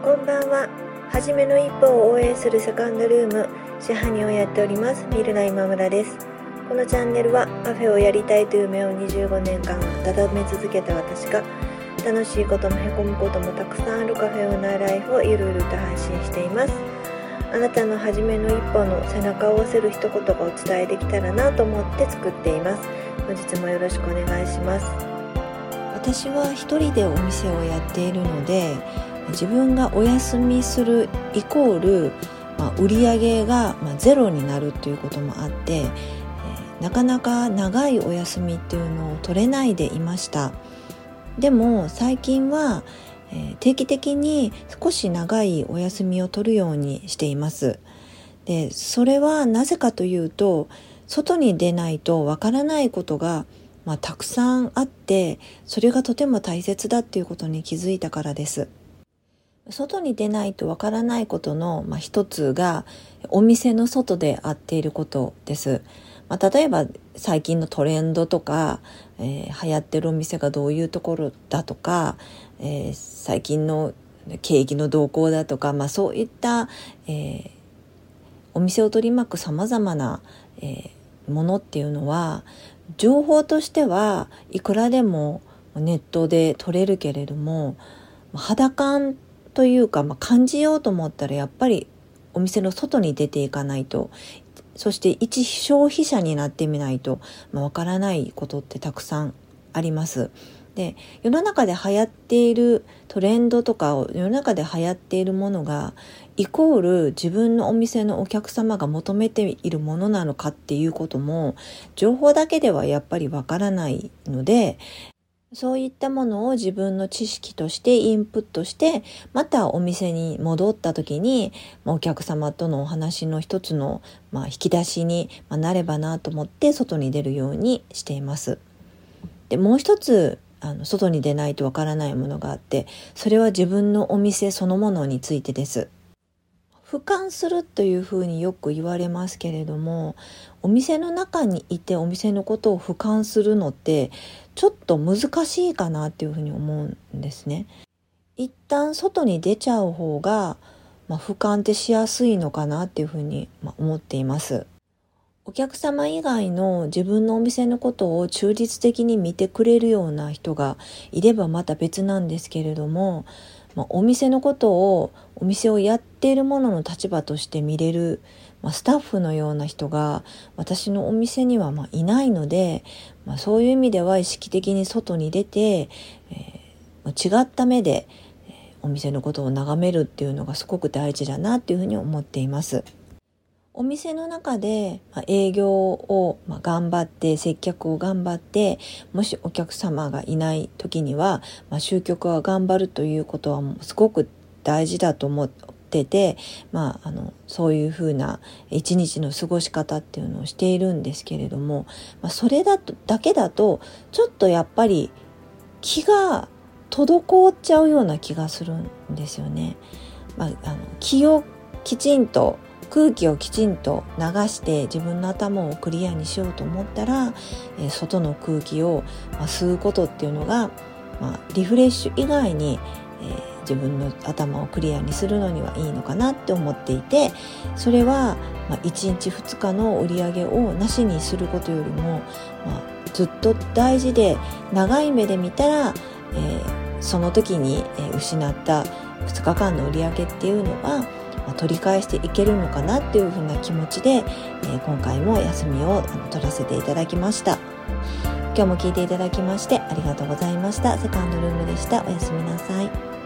こんばんは。はじめの一歩を応援するセカンドルーム支配人をやっておりますミルナ今村です。このチャンネルはカフェをやりたいという夢を25年間温め続けた私が楽しいこともへこむこともたくさんあるカフェオーナーライフをゆるゆると配信しています。あなたのはじめの一歩の背中を押せる一言がお伝えできたらなと思って作っています。本日もよろしくお願いします。 私は一人でお店をやっているので、自分がお休みするイコール、売り上げがゼロになるということもあって、なかなか長いお休みっていうのを取れないでいました。でも最近は、定期的に少し長いお休みを取るようにしています。で、それはなぜかというと、外に出ないとわからないことがたくさんあって、それがとても大切だっていうことに気づいたからです。外に出ないとわからないことの、一つがお店の外で会っていることです。例えば最近のトレンドとか、流行ってるお店がどういうところだとか、最近の景気の動向だとか、そういった、お店を取り巻くさまざまな、ものっていうのは情報としてはいくらでもネットで取れるけれども、肌感というか、感じようと思ったらやっぱりお店の外に出ていかないと、そして一消費者になってみないとわからないことってたくさんあります。で、世の中で流行っているトレンドとかを世の中で流行っているものがイコール自分のお店のお客様が求めているものなのかっていうことも情報だけではやっぱりわからないので、そういったものを自分の知識としてインプットして、またお店に戻った時にお客様とのお話の一つの、引き出しになればなと思って外に出るようにしています。で、もう一つ外に出ないとわからないものがあって、それは自分のお店そのものについてです。俯瞰するというふうによく言われますけれども、お店の中にいてお店のことを俯瞰するのってちょっと難しいかなっていうふうに思うんですね。一旦外に出ちゃう方が、俯瞰ってしやすいのかなっていうふうに思っています。お客様以外の自分のお店のことを忠実的に見てくれるような人がいればまた別なんですけれども、お店のことをお店をやっているものの立場として見れる、スタッフのような人が私のお店にはいないので、そういう意味では意識的に外に出て、違った目でお店のことを眺めるっていうのがすごく大事だなっていうふうに思っています。お店の中で営業を頑張って接客を頑張って、もしお客様がいない時には集客は頑張るということはすごく大事だと思ってて、そういうふうな一日の過ごし方っていうのをしているんですけれども、それだけだとちょっとやっぱり気が滞っちゃうような気がするんですよね。気をきちんと空気をきちんと流して自分の頭をクリアにしようと思ったら、外の空気を吸うことっていうのが、リフレッシュ以外に、自分の頭をクリアにするのにはいいのかなって思っていて、それは、1日2日の売り上げをなしにすることよりも、ずっと大事で、長い目で見たら、その時に、失った2日間の売り上げっていうのは取り返していけるのかなっていうふうな気持ちで、今回も休みを取らせていただきました。今日も聞いていただきましてありがとうございました。セカンドルームでした。おやすみなさい。